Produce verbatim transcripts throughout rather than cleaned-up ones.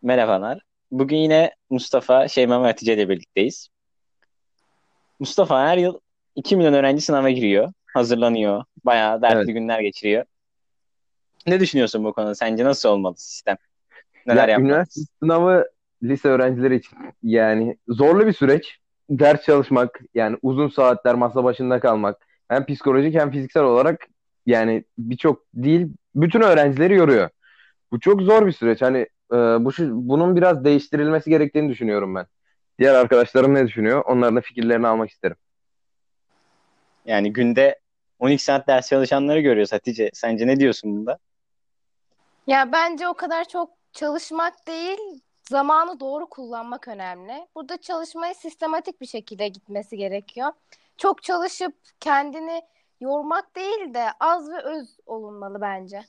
Merhabalar. Bugün yine Mustafa, Şeyma ve Hatice ile birlikteyiz. Mustafa her yıl iki milyon öğrenci sınava giriyor. Hazırlanıyor. Bayağı Evet. dertli günler geçiriyor. Ne düşünüyorsun bu konuda? Sence nasıl olmalı sistem? Neler Ya üniversite yapmalıyız? sınavı lise öğrencileri için yani zorlu bir süreç. Ders çalışmak, yani uzun saatler masa başında kalmak hem psikolojik hem fiziksel olarak yani birçok değil bütün öğrencileri yoruyor. Bu çok zor bir süreç. Hani e, bu şu- bunun biraz değiştirilmesi gerektiğini düşünüyorum ben. Diğer arkadaşlarım ne düşünüyor? Onların da fikirlerini almak isterim. Yani günde on iki saat ders çalışanları görüyoruz Hatice. Sence ne diyorsun bunda? Ya bence o kadar çok çalışmak değil, zamanı doğru kullanmak önemli. Burada çalışmayı sistematik bir şekilde gitmesi gerekiyor. Çok çalışıp kendini yormak değil de az ve öz olunmalı bence.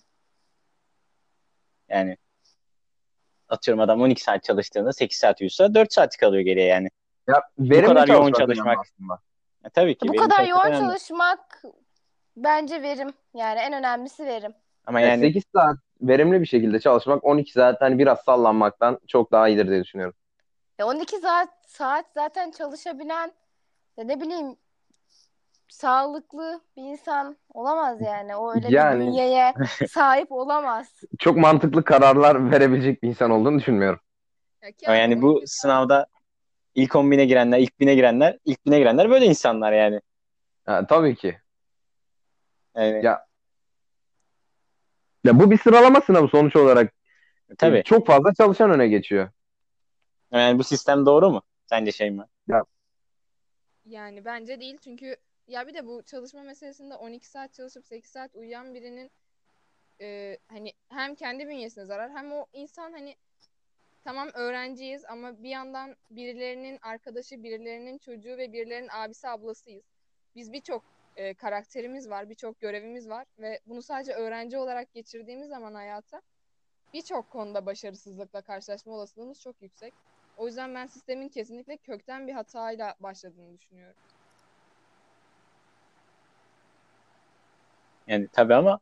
Yani atıyorum adam on iki saat çalıştığında sekiz saat uyusa dört saat kalıyor geriye yani. Ya Bu verimli kadar yoğun çalışmak önemli çalışmak, aslında. ya tabii ki Bu verimli kadar çalışmak yoğun önemli. çalışmak bence verim. Yani en önemlisi verim. Ama Yani yani sekiz saat verimli bir şekilde çalışmak on iki saat hani biraz sallanmaktan çok daha iyidir diye düşünüyorum. Ya on iki saat, saat zaten çalışabilen, ya ne bileyim, sağlıklı bir insan olamaz yani. O öyle bir Yani bünyeye sahip olamaz. çok mantıklı kararlar verebilecek bir insan olduğunu düşünmüyorum. Ya ki ama abi yani bu on iki saat sınavda İlk on bine girenler, ilk bine girenler, ilk bine girenler böyle insanlar yani. Ha, tabii ki. Yani Ya, ya bu bir sıralama sınavı sonuç olarak. E, tabii. çok fazla çalışan öne geçiyor. Yani bu sistem doğru mu? Sence şey mi? Ya, yani bence değil çünkü ya bir de bu çalışma meselesinde on iki saat çalışıp sekiz saat uyuyan birinin e, hani hem kendi bünyesine zarar hem o insan hani tamam öğrenciyiz ama bir yandan birilerinin arkadaşı, birilerinin çocuğu ve birilerinin abisi ablasıyız. Biz birçok e, karakterimiz var, birçok görevimiz var ve bunu sadece öğrenci olarak geçirdiğimiz zaman hayata birçok konuda başarısızlıkla karşılaşma olasılığımız çok yüksek. O yüzden ben sistemin kesinlikle kökten bir hatayla başladığını düşünüyorum. Yani tabii ama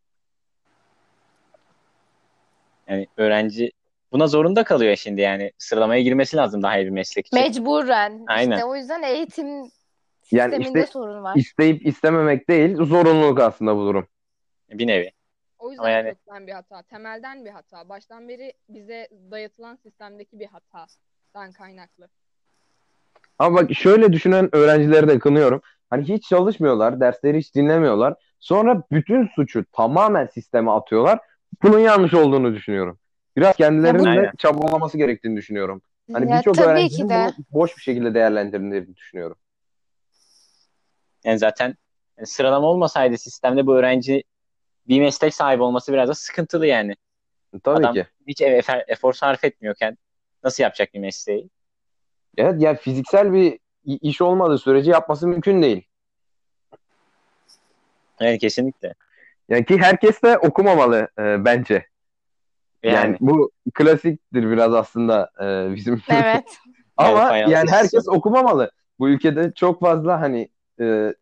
yani öğrenci buna zorunda kalıyor şimdi yani. Sıralamaya girmesi lazım daha iyi bir meslek için. Mecburen. Aynen. İşte o yüzden eğitim yani sisteminde işte sorun var. isteyip istememek değil, zorunluluk aslında bu durum. Bir nevi. O Ama yüzden yani kökten bir hata, temelden bir hata, baştan beri bize dayatılan sistemdeki bir hatadan kaynaklı. Ama bak şöyle düşünen öğrencileri de kınıyorum. Hani hiç çalışmıyorlar, dersleri hiç dinlemiyorlar. Sonra bütün suçu tamamen sisteme atıyorlar. Bunun yanlış olduğunu düşünüyorum. Biraz Ya bu kendilerinin de aynen. çabalaması gerektiğini düşünüyorum. Hani ya birçok tabii ki öğrencinin bunu de. boş bir şekilde değerlendirdiğini düşünüyorum. Yani zaten yani sıralama olmasaydı sistemde bu öğrenci bir meslek sahibi olması biraz da sıkıntılı yani. Tabii Adam ki. hiç efor, efor sarf etmiyorken nasıl yapacak bir mesleği? Evet, yani fiziksel bir i- iş olmadığı sürece yapması mümkün değil. Yani kesinlikle. Yani ki herkes de okumamalı e, bence. Yani Yani bu klasiktir biraz aslında e, bizim. Evet. yani Ama fayans yani işçisi. herkes okumamalı. Bu ülkede çok fazla hani e,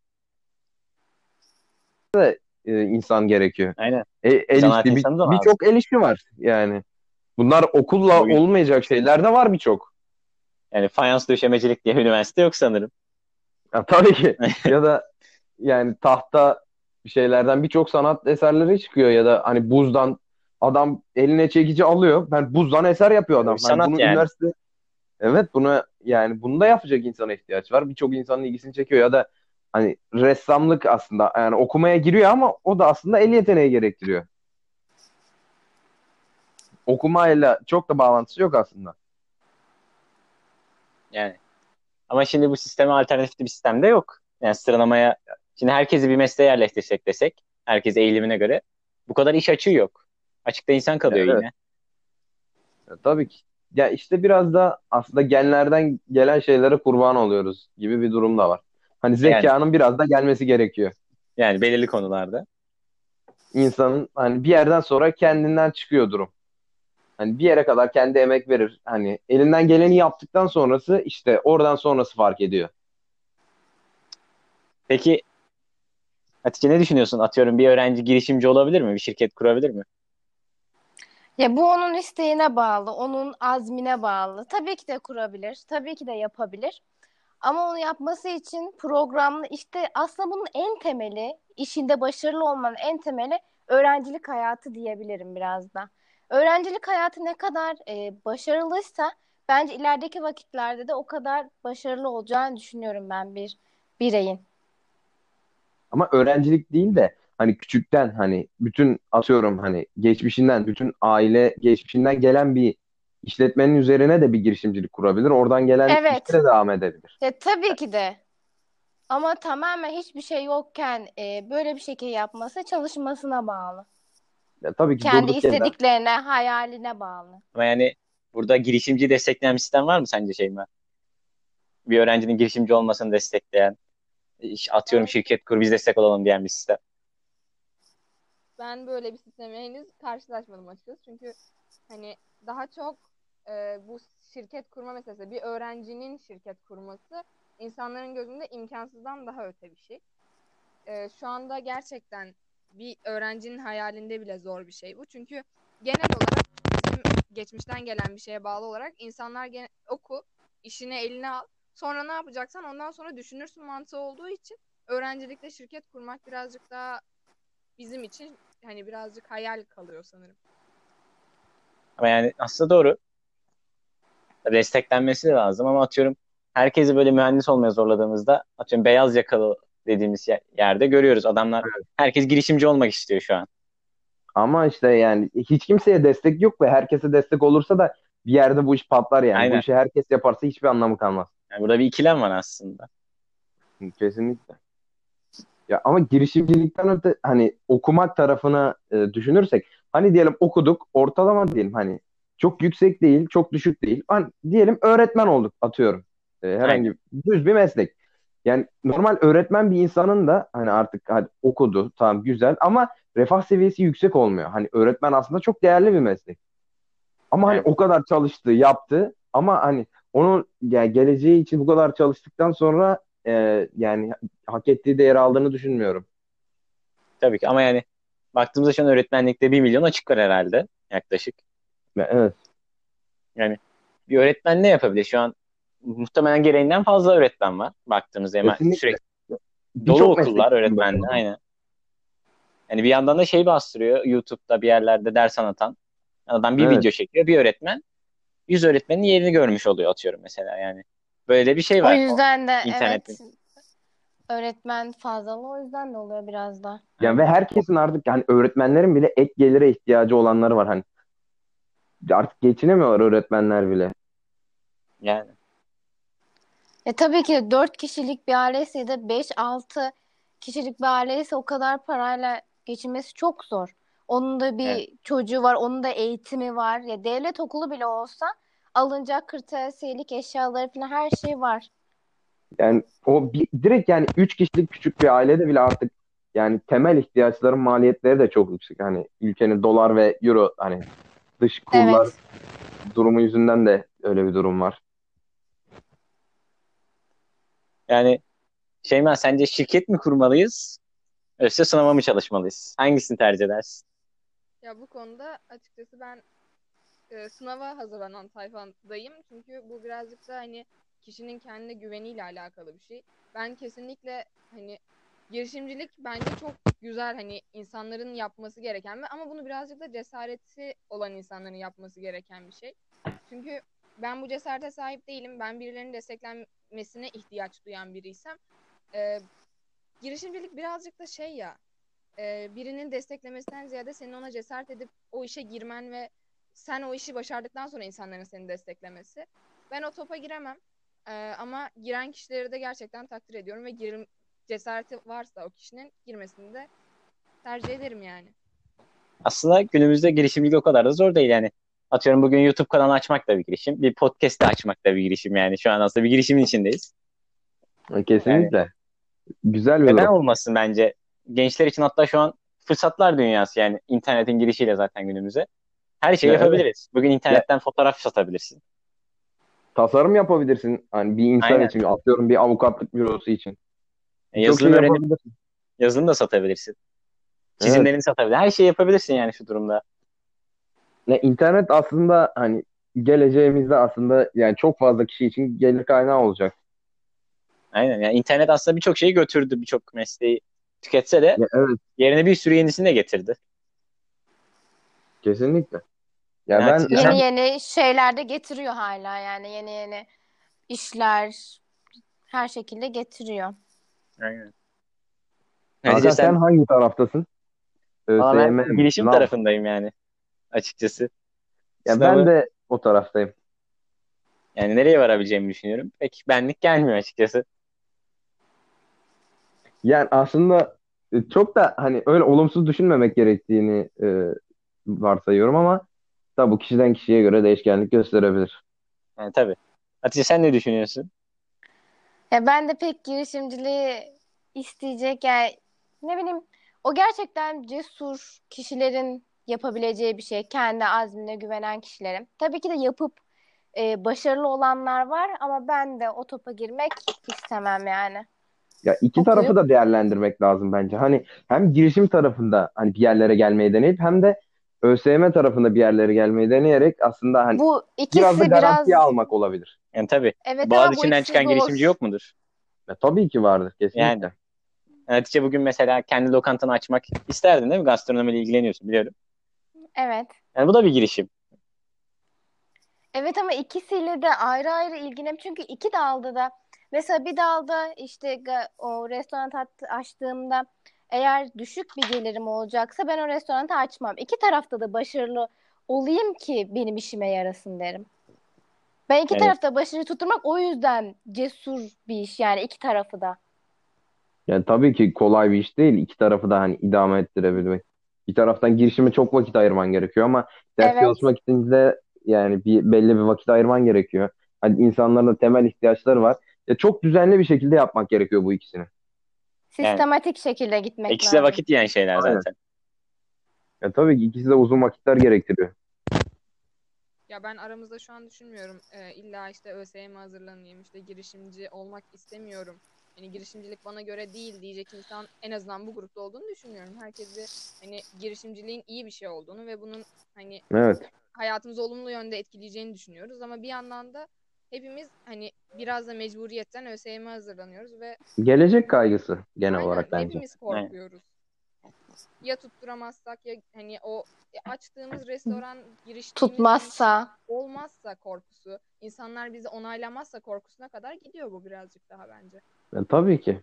e, insan gerekiyor. Aynen. E, el Zanaat işi bir- insanı da lazım. birçok el işi var yani. Bunlar okulla Bugün olmayacak şeyler de var birçok. yani fayans döşemecilik diye üniversite yok sanırım. Ya, tabii ki. Ya da yani tahta bir şeylerden birçok sanat eserleri çıkıyor ya da hani buzdan adam eline çekici alıyor. Ben buzdan eser yapıyor Yani bir adam. Hani sanat bunu yani. üniversite, evet, buna yani bunu da yapacak insana ihtiyaç var. Birçok insanın ilgisini çekiyor ya da hani ressamlık aslında yani okumaya giriyor ama o da aslında el yeteneği gerektiriyor. Okumayla çok da bağlantısı yok aslında. Yani. Ama şimdi bu sisteme alternatif bir sistem de yok. Yani sıralamaya şimdi herkesi bir mesleğe yerleştirsek desek, herkes eğilimine göre bu kadar iş açığı yok. Açıkta insan Ya, kalıyor evet, yine. ya tabii ki. Ya işte biraz da aslında genlerden gelen şeylere kurban oluyoruz gibi bir durum da var. Hani Yani zekanın biraz da gelmesi gerekiyor. yani belirli konularda. İnsanın hani bir yerden sonra kendinden çıkıyor durum. Hani bir yere kadar kendi emek verir. Hani elinden geleni yaptıktan sonrası işte oradan sonrası fark ediyor. Peki Hatice ne düşünüyorsun? Atıyorum bir öğrenci girişimci olabilir mi? Bir şirket kurabilir mi? Ya bu onun isteğine bağlı, onun azmine bağlı. Tabii ki de kurabilir, tabii ki de yapabilir. Ama onu yapması için programlı işte aslında bunun en temeli, işinde başarılı olmanın en temeli öğrencilik hayatı diyebilirim biraz da. Öğrencilik hayatı ne kadar e, başarılıysa bence ilerideki vakitlerde de o kadar başarılı olacağını düşünüyorum ben bir bireyin. Ama öğrencilik değil de hani küçükten hani bütün atıyorum hani geçmişinden bütün aile geçmişinden gelen bir işletmenin üzerine de bir girişimcilik kurabilir. Oradan gelen Evet, işlere devam edebilir. ya tabii ki de. Ama tamamen hiçbir şey yokken e, böyle bir şekilde yapması çalışmasına bağlı. Ya tabii ki Kendi durduk yerden. istediklerine, hayaline bağlı. Ama yani burada girişimci destekleyen bir sistem var mı sence Şeyma? Bir öğrencinin girişimci olmasını destekleyen, iş- atıyorum Ben şirket kur biz destek olalım diyen bir sistem. ben böyle bir sisteme henüz karşılaşmadım açıkçası. Çünkü hani daha çok e, bu şirket kurma meselesi, bir öğrencinin şirket kurması insanların gözünde imkansızdan daha öte bir şey. E, şu anda gerçekten bir öğrencinin hayalinde bile zor bir şey bu. Çünkü genel olarak bizim geçmişten gelen bir şeye bağlı olarak insanlar gene, oku, işini eline al. Sonra ne yapacaksan ondan sonra düşünürsün mantığı olduğu için öğrencilikte şirket kurmak birazcık daha bizim için hani birazcık hayal kalıyor sanırım. Ama yani aslında doğru. Desteklenmesi de lazım ama atıyorum herkesi böyle mühendis olmaya zorladığımızda atıyorum beyaz yakalı dediğimiz ye- yerde görüyoruz. Adamlar herkes girişimci olmak istiyor şu an. Ama işte yani hiç kimseye destek yok ve herkese destek olursa da bir yerde bu iş patlar yani. Bu Aynen. işi herkes yaparsa hiçbir anlamı kalmaz. Yani burada bir ikilem var aslında. Kesinlikle. Ya ama girişimcilikten öte hani okumak tarafına e, düşünürsek hani diyelim okuduk ortalama diyelim hani çok yüksek değil çok düşük değil hani diyelim öğretmen olduk atıyorum. E, Aynen. herhangi düz bir meslek. Yani normal öğretmen bir insanın da hani artık hadi okudu tamam güzel ama refah seviyesi yüksek olmuyor. Hani öğretmen aslında çok değerli bir meslek. Ama hani Evet. o kadar çalıştı yaptı ama hani onun yani geleceği için bu kadar çalıştıktan sonra e, yani hak ettiği değeri aldığını düşünmüyorum. Tabii ki ama yani baktığımızda şu an öğretmenlikte bir milyon açık var herhalde yaklaşık. Ya, evet. Yani bir öğretmen ne yapabilir? Şu an muhtemelen gereğinden fazla öğretmen var. Baktığımızda hemen Kesinlikle. sürekli dolu Birçok meslek okullar için böyle öğretmenle bu durum. aynen. Yani bir yandan da şey bastırıyor YouTube'da bir yerlerde ders anlatan. Adam bir Evet. video çekiyor bir öğretmen. Yüz öğretmenin yerini görmüş oluyor atıyorum mesela yani. Böyle de bir şey O var o yüzden de internetin. evet öğretmen fazlalığı o yüzden de oluyor biraz da. Yani ve Aynen. herkesin artık yani öğretmenlerin bile ek gelire ihtiyacı olanları var. Hani artık geçinemiyorlar öğretmenler bile. E tabii ki dört kişilik bir aileyse ya da beş altı kişilik bir aileyse o kadar parayla geçinmesi çok zor. Onun da Evet. bir çocuğu var, onun da eğitimi var. Ya devlet okulu bile olsa alınacak kırtasiyelik eşyaları falan her şey var. Yani o bir, direkt yani üç kişilik küçük bir ailede bile artık yani temel ihtiyaçların maliyetleri de çok yüksek. Hani ülkenin dolar ve euro hani dış kurlar Evet. durumu yüzünden de öyle bir durum var. Yani Şeyma sence şirket mi kurmalıyız yoksa sınava mı çalışmalıyız? Hangisini tercih edersin? Ya bu konuda açıkçası ben e, sınava hazırlanan tayfadayım. Çünkü bu birazcık da hani kişinin kendine güveniyle alakalı bir şey. Ben kesinlikle hani girişimcilik bence çok güzel hani insanların yapması gereken ve ama bunu birazcık da cesareti olan insanların yapması gereken bir şey. Çünkü ben bu cesarete sahip değilim. Ben birilerinin desteklenmesine ihtiyaç duyan biriysem e, girişimcilik birazcık da şey ya e, birinin desteklemesinden ziyade senin ona cesaret edip o işe girmen ve sen o işi başardıktan sonra insanların seni desteklemesi. Ben o topa giremem. E, ama giren kişileri de gerçekten takdir ediyorum ve girim, cesareti varsa o kişinin girmesini de tercih ederim yani. Aslında günümüzde girişimcilik o kadar da zor değil yani. Atıyorum bugün YouTube kanalı açmak da bir girişim. Bir podcast de açmak da bir girişim yani. Şu an aslında bir girişimin içindeyiz. Yani Kesinlikle. Güzel bir neden durum. olmasın bence? Gençler için hatta şu an fırsatlar dünyası yani internetin girişiyle zaten günümüze. Her şeyi Ya, evet. yapabiliriz. Bugün Ya, internetten fotoğraf satabilirsin. tasarım yapabilirsin. Hani bir insan Aynen. için atıyorum bir avukatlık bürosu için. E, Birçok şey Yazılım öğrenip yapabilirsin. yazılım da satabilirsin. Evet. Çizimlerini satabilirsin. Her şeyi yapabilirsin yani şu durumda. Ne internet aslında hani geleceğimizde aslında yani çok fazla kişi için gelir kaynağı olacak. Aynen. Yani internet aslında birçok şeyi götürdü. Birçok mesleği tüketse de Ya, evet, yerine bir sürü yenisini de getirdi. kesinlikle. Yani Ya ben Hatice sen Yeni yeni şeyler de getiriyor hala, yani yeni yeni işler her şekilde getiriyor. Aynen. Hatice Hakan sen sen hangi taraftasın? valla ÖSYM ben mi? girişim Sınav mı? tarafındayım yani açıkçası. Ya ben Sınavı de o taraftayım. yani nereye varabileceğimi düşünüyorum. Pek benlik gelmiyor açıkçası. Yani aslında e, çok da hani öyle olumsuz düşünmemek gerektiğini e, varsayıyorum ama tabii bu kişiden kişiye göre değişkenlik gösterebilir. Yani tabii. Hatice sen ne düşünüyorsun? Ya ben de pek girişimciliği isteyecek, yani ne bileyim, o gerçekten cesur kişilerin yapabileceği bir şey. Kendi azmine güvenen kişilerin. Tabii ki de yapıp e, başarılı olanlar var ama ben de o topa girmek istemem yani. Ya iki tarafı Okuyup da değerlendirmek lazım bence. Hani hem girişim tarafında hani bir yerlere gelmeyi deneyip hem de ÖSYM tarafında bir yerlere gelmeyi deneyerek aslında hani bu biraz da ikisi garantiye biraz, almak olabilir. Yani tabii. evet Boğaz ama bu içinden ikisi çıkan girişimci zor. yok mudur? Ya tabii ki vardır Yani. kesinlikle. Hatice bugün mesela kendi lokantanı açmak isterdin değil mi? Gastronomiyle ilgileniyorsun biliyorum. Evet. Yani bu da bir girişim. Evet ama ikisiyle de ayrı ayrı ilgileniyorum. Çünkü iki dalda da, mesela bir dalda işte ga- o restoran at- açtığımda eğer düşük bir gelirim olacaksa ben o restoranı açmam. İki tarafta da başarılı olayım ki benim işime yarasın derim. Ben iki Yani, tarafta başarı tutturmak o yüzden cesur bir iş, yani iki tarafı da. Yani tabii ki kolay bir iş değil. İki tarafı da hani idame ettirebilmek. Bir taraftan girişime çok vakit ayırman gerekiyor ama ders Evet. çalışmak için de yani bir belli bir vakit ayırman gerekiyor. Hani insanların da temel ihtiyaçları var. Ya çok düzenli bir şekilde yapmak gerekiyor bu ikisini. yani Sistematik şekilde gitmek ikisi de lazım. vakit yiyen şeyler Aynen. zaten. Ya tabii ki ikisi de uzun vakitler gerektiriyor. Ya ben aramızda şu an düşünmüyorum. Ee, illa işte ÖSYM hazırlanayım, işte girişimci olmak istemiyorum. Hani girişimcilik bana göre değil diyecek insan en azından bu grupta olduğunu düşünmüyorum. Herkes de hani girişimciliğin iyi bir şey olduğunu ve bunun hani Evet. hayatımızı olumlu yönde etkileyeceğini düşünüyoruz. Ama bir yandan da hepimiz hani biraz da mecburiyetten ÖSYM hazırlanıyoruz ve Gelecek kaygısı genel aynen olarak bence. hepimiz Yani, korkuyoruz. Ya tutturamazsak, ya hani o açtığımız restoran, giriştiğimiz bir iş Tutmazsa. olmazsa korkusu, insanlar bizi onaylamazsa korkusuna kadar gidiyor bu birazcık daha bence. Ya tabii ki.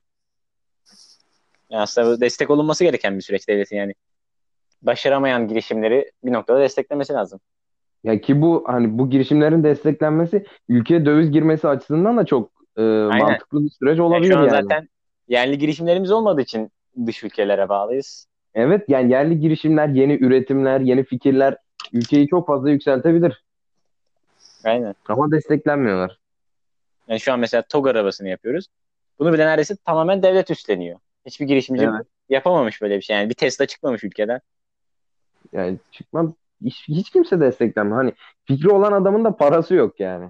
yani aslında bu destek olunması gereken bir süreç devletin yani. Başaramayan girişimleri bir noktada desteklemesi lazım. Ya ki bu hani bu girişimlerin desteklenmesi ülkeye döviz girmesi açısından da çok e, Aynen. mantıklı bir süreç Yani şu olabilir an yani. zaten yerli girişimlerimiz olmadığı için dış ülkelere bağlıyız. Evet yani yerli girişimler, yeni üretimler, yeni fikirler ülkeyi çok fazla yükseltebilir. Aynen. Ama desteklenmiyorlar. Yani şu an mesela TOG arabasını yapıyoruz. Bunu bile neredeyse tamamen devlet üstleniyor. Hiçbir girişimci Evet. yapamamış böyle bir şey. Yani bir Tesla çıkmamış ülkeden. Yani çıkmam hiç, hiç kimse desteklenmiyor. Hani fikri olan adamın da parası yok yani.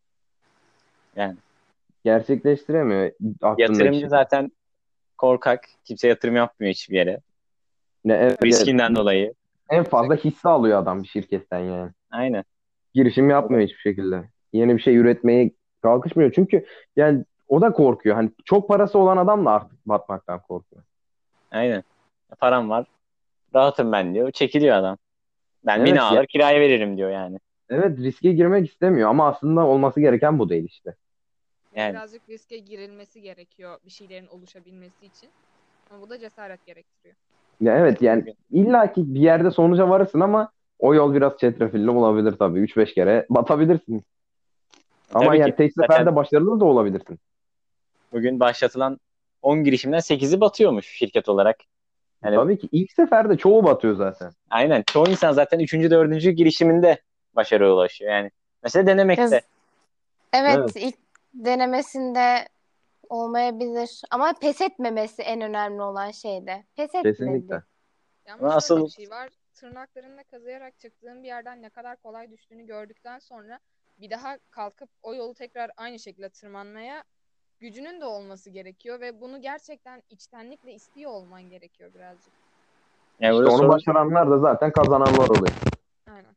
Yani Gerçekleştiremiyor aklındaki yatırımcı şeyi. zaten korkak. Kimse yatırım yapmıyor hiçbir yere. Ne, evet, evet. Riskinden dolayı. En fazla hisse alıyor adam bir şirketten yani. Aynen. Girişim yapmıyor hiçbir şekilde. Yeni bir şey üretmeye kalkışmıyor. Çünkü yani o da korkuyor. Hani çok parası olan adam da artık batmaktan korkuyor. Aynen. Param var. Rahatım ben diyor. Çekiliyor adam. Ben bina Evet ya, alır kiraya veririm diyor yani. evet riske girmek istemiyor ama aslında olması gereken bu değil işte. Ya Yani birazcık riske girilmesi gerekiyor bir şeylerin oluşabilmesi için. Ama bu da cesaret gerektiriyor. Ya evet yani bugün. illaki bir yerde sonuca varırsın ama o yol biraz çetrefilli olabilir tabii. Üç beş kere batabilirsin. E, Ama tabii ki yani tek zaten seferde başarılı da olabilirsin. bugün başlatılan on girişimden sekizi batıyormuş şirket olarak. Yani Tabii ki ilk seferde çoğu batıyor zaten. aynen. Çoğu insan zaten üçüncü, dördüncü girişiminde başarıya ulaşıyor. Yani mesela denemekte. Yaz- Evet, Evet, ilk denemesinde olmayabilir. Ama pes etmemesi en önemli olan şeyde. Pes etmedi. kesinlikle. Ama Ama şöyle bir asıl şey var. Tırnaklarında kazıyarak çıktığın bir yerden ne kadar kolay düştüğünü gördükten sonra bir daha kalkıp o yolu tekrar aynı şekilde tırmanmaya gücünün de olması gerekiyor ve bunu gerçekten içtenlikle istiyor olman gerekiyor birazcık. yani İşte burada onu sorun başaranlar da zaten kazananlar oluyor. Aynen.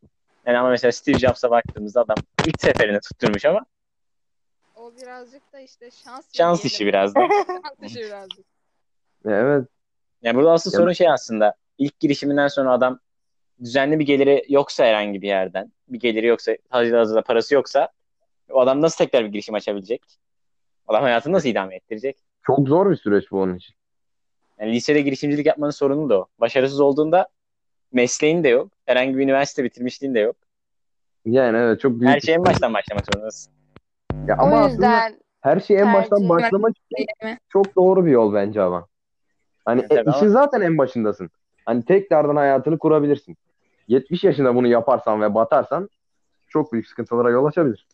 Yani ama mesela Steve Jobs'a baktığımızda adam ilk seferinde tutturmuş ama O birazcık da işte şans mı şans diyelim. işi biraz da. Şans işi birazcık. Evet. Yani burada asıl Ya, sorun şey aslında. İlk girişiminden sonra adam düzenli bir geliri yoksa herhangi bir yerden, bir geliri yoksa, hazırda parası yoksa o adam nasıl tekrar bir girişim açabilecek? Adam hayatını nasıl idame ettirecek? çok zor bir süreç bu onun için. Yani lisede girişimcilik yapmanın sorunu da o. Başarısız olduğunda mesleğin de yok. Herhangi bir üniversite bitirmişliğin de yok. Yani evet, çok Her büyük bir şey en sıkıntı. baştan başlamak zorundasın. Ya O ama aslında yüzden her şey en baştan tercih. başlamak için çok doğru bir yol bence ama. Hani Yani e, tabii işin ama zaten en başındasın. Hani tekrardan hayatını kurabilirsin. yetmiş yaşında bunu yaparsan ve batarsan çok büyük sıkıntılara yol açabilir.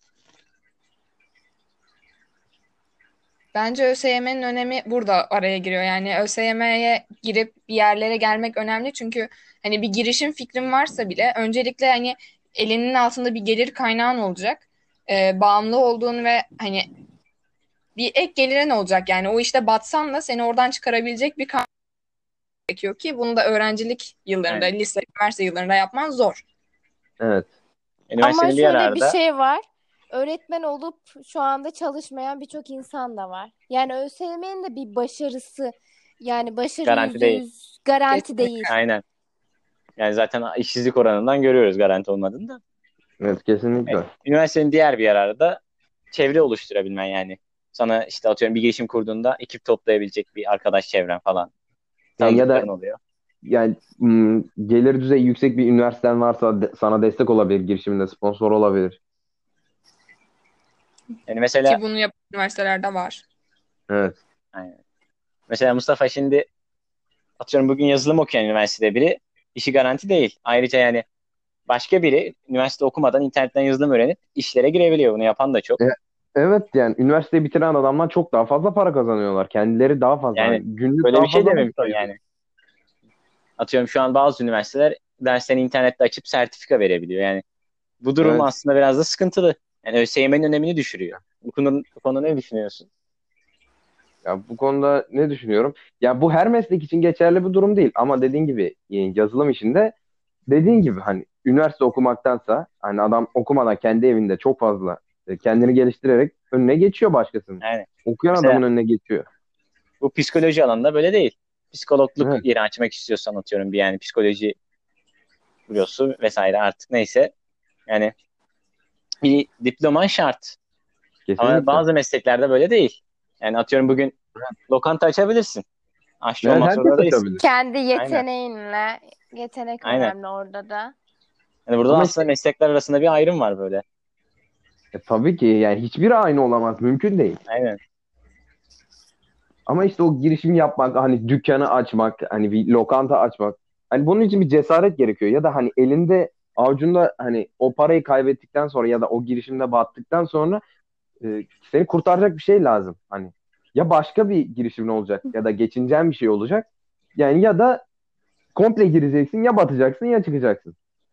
Bence ÖSYM'nin önemi burada araya giriyor. Yani ÖSYM'ye girip bir yerlere gelmek önemli çünkü hani bir girişim fikrin varsa bile öncelikle hani elinin altında bir gelir kaynağın olacak. Ee, bağımlı olduğun ve hani bir ek gelirin olacak. Yani o işte batsan da seni oradan çıkarabilecek bir kaynak gerekiyor ki bunu da öğrencilik yıllarında, yani, lise, üniversite yıllarında yapman zor. Evet. Ama üniversitenin bir şöyle bir yararda şey var. Öğretmen olup şu anda çalışmayan birçok insan da var. Yani ÖSYM'nin de bir başarısı, yani başarı garanti yüzde değil. yüz garanti değil. Kesinlikle. Aynen. Yani zaten işsizlik oranından görüyoruz garanti olmadığını da. Evet, E, kesinlikle. üniversitenin diğer bir yararı da çevre oluşturabilmen yani. Sana işte atıyorum bir girişim kurduğunda ekip toplayabilecek bir arkadaş çevren falan. Yani ya da Tanıdıkların oluyor. yani m, gelir düzeyi yüksek bir üniversiten varsa de- sana destek olabilir, girişiminde sponsor olabilir. Yani mesela Ki bunu yapan üniversitelerde var. Evet. aynen. Mesela Mustafa şimdi atıyorum bugün yazılım okuyan üniversitede biri işi garanti değil. Ayrıca yani başka biri üniversite okumadan internetten yazılım öğrenip işlere girebiliyor. Bunu yapan da çok. E, evet, yani üniversiteyi bitiren adamlar çok daha fazla para kazanıyorlar. Kendileri daha fazla, Yani hani günlük böyle bir daha şey de fazla vakit mümkün ayırıyor. yani. Atıyorum şu an bazı üniversiteler derslerini internette açıp sertifika verebiliyor. Yani bu durum Evet. aslında biraz da sıkıntılı. Yani ÖSYM'nin önemini düşürüyor. Bu konuda, bu konuda ne düşünüyorsun? Ya bu konuda ne düşünüyorum? Ya bu her meslek için geçerli bir durum değil ama dediğin gibi e, yazılım işinde dediğin gibi hani üniversite okumaktansa hani adam okumadan kendi evinde çok fazla e, kendini geliştirerek önüne geçiyor başkasının. Yani Okuyan mesela adamın önüne geçiyor. bu psikoloji alanında böyle değil. Psikologluk Evet. yeri açmak istiyorsan atıyorum bir yani psikoloji bürosu vesaire artık neyse. Yani bir diploman şart. Ama Kesinlikle. bazı mesleklerde böyle değil. Yani atıyorum bugün lokanta açabilirsin. Aşçı Evet, olmak herkes zorunda değilsin. açabilir. Kendi Aynen. yeteneğinle, yetenek Aynen. önemli orada da. Yani burada Ama aslında işte meslekler arasında bir ayrım var böyle. e, tabii ki yani hiçbiri aynı olamaz. Mümkün değil. Aynen. Ama işte o girişim yapmak, hani dükkanı açmak, hani bir lokanta açmak. Hani bunun için bir cesaret gerekiyor. Ya da hani elinde avucunda hani o parayı kaybettikten sonra ya da o girişimde battıktan sonra e, seni kurtaracak bir şey lazım. Hani ya başka bir girişimin olacak ya da geçineceğin bir şey olacak. Yani ya da komple gireceksin, ya batacaksın ya çıkacaksın.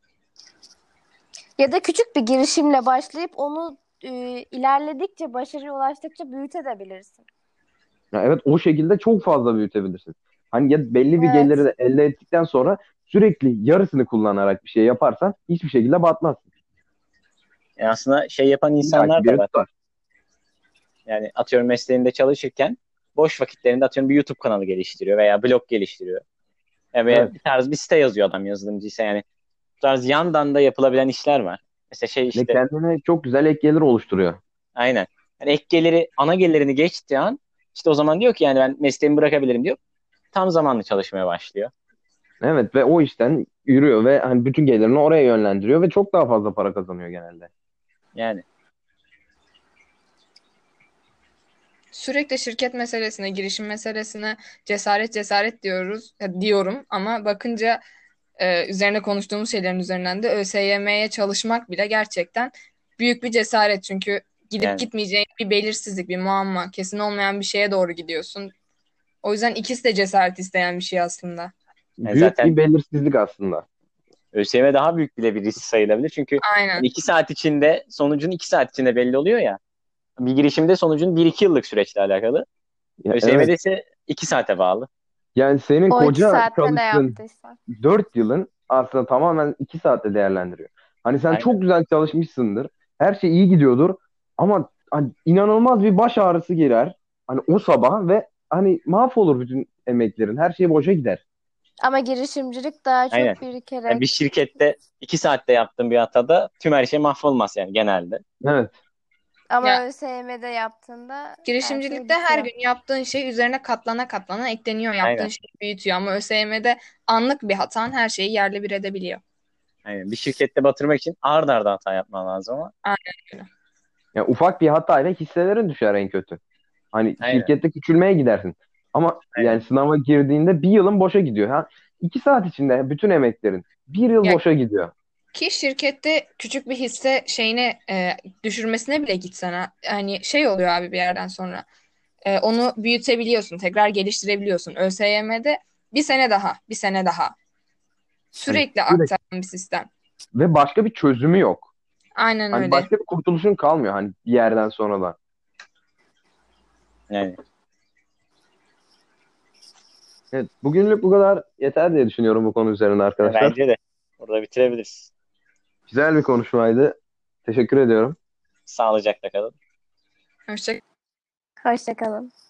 Ya da küçük bir girişimle başlayıp onu e, ilerledikçe, başarıya ulaştıkça büyütebilirsin. Ya evet, o şekilde çok fazla büyütebilirsin. Hani ya belli bir geliri Evet. de elde ettikten sonra sürekli yarısını kullanarak bir şey yaparsan hiçbir şekilde batmazsın. Yani aslında şey yapan İlla ki insanlar da biri var. tutar. Yani atıyorum mesleğinde çalışırken boş vakitlerinde atıyorum bir YouTube kanalı geliştiriyor veya blog geliştiriyor. Yani veya Evet. bir tarz bir site yazıyor adam yazılımcıysa yani. Bu tarz yandan da yapılabilen işler var. Mesela şey Ve işte kendine çok güzel ek gelir oluşturuyor. aynen. Yani ek geliri ana gelirini geçtiği an işte o zaman diyor ki yani ben mesleğimi bırakabilirim diyor. Tam zamanlı çalışmaya başlıyor. Evet, ve o işten yürüyor ve hani bütün gelirini oraya yönlendiriyor ve çok daha fazla para kazanıyor genelde. Yani Sürekli şirket meselesine, girişim meselesine cesaret cesaret diyoruz, e, diyorum ama bakınca e, üzerine konuştuğumuz şeylerin üzerinden de ÖSYM'ye çalışmak bile gerçekten büyük bir cesaret. Çünkü gidip yani, gitmeyeceğin bir belirsizlik, bir muamma, kesin olmayan bir şeye doğru gidiyorsun. O yüzden ikisi de cesaret isteyen bir şey aslında. yani Büyük zaten bir belirsizlik aslında. ÖSYM daha büyük bile bir risk sayılabilir. Çünkü Aynen. yani iki saat içinde sonucun iki saat içinde belli oluyor ya. Bir girişimde sonucun bir iki yıllık süreçle alakalı. Ya evet. ÖSYM'de ise iki saate bağlı. Yani senin O iki koca saatte ne çalıştığın yaptıysan. dört yılın aslında tamamen iki saatte değerlendiriyor. Hani sen Aynen. çok güzel çalışmışsındır. Her şey iyi gidiyordur. Ama hani inanılmaz bir baş ağrısı girer. Hani o sabah ve hani mahvolur bütün emeklerin. Her şey boşa gider. Ama girişimcilik daha Aynen. çok Yani bir birikerek. şirkette iki saatte yaptığın bir hatada tüm her şey mahvolmaz yani genelde. Evet. Ama Ya ÖSYM'de yaptığında her şey girişimcilikte her bitiyor. gün yaptığın şey üzerine katlana katlana ekleniyor. Yaptığın Aynen. şey büyütüyor ama ÖSYM'de anlık bir hatan her şeyi yerle bir edebiliyor. Aynen. Bir şirkette batırmak için ard arda hata yapman lazım ama. Aynen öyle. Yani ufak bir hatayla hisselerin düşer en kötü. Hani Aynen. şirkette küçülmeye gidersin. Ama Aynen. yani sınava girdiğinde bir yılın boşa gidiyor. Ha, iki saat içinde bütün emeklerin bir yıl Ya boşa gidiyor. ki şirkette küçük bir hisse şeyine e, düşürmesine bile gitsen ha, hani şey oluyor abi bir yerden sonra. E, onu büyütebiliyorsun, tekrar geliştirebiliyorsun. ÖSYM'de bir sene daha, bir sene daha. Hani Sürekli sürekli. aktaran bir sistem. Ve başka bir çözümü yok. Aynen Hani öyle. başka bir kurtuluşun kalmıyor hani bir yerden sonra da. Yani. Evet, bugünlük bu kadar yeter diye düşünüyorum bu konu üzerine arkadaşlar. Bence de. Burada bitirebiliriz. Güzel bir konuşmaydı. Teşekkür ediyorum. Sağlıcakla kalın. Hoşça Hoşça kalın.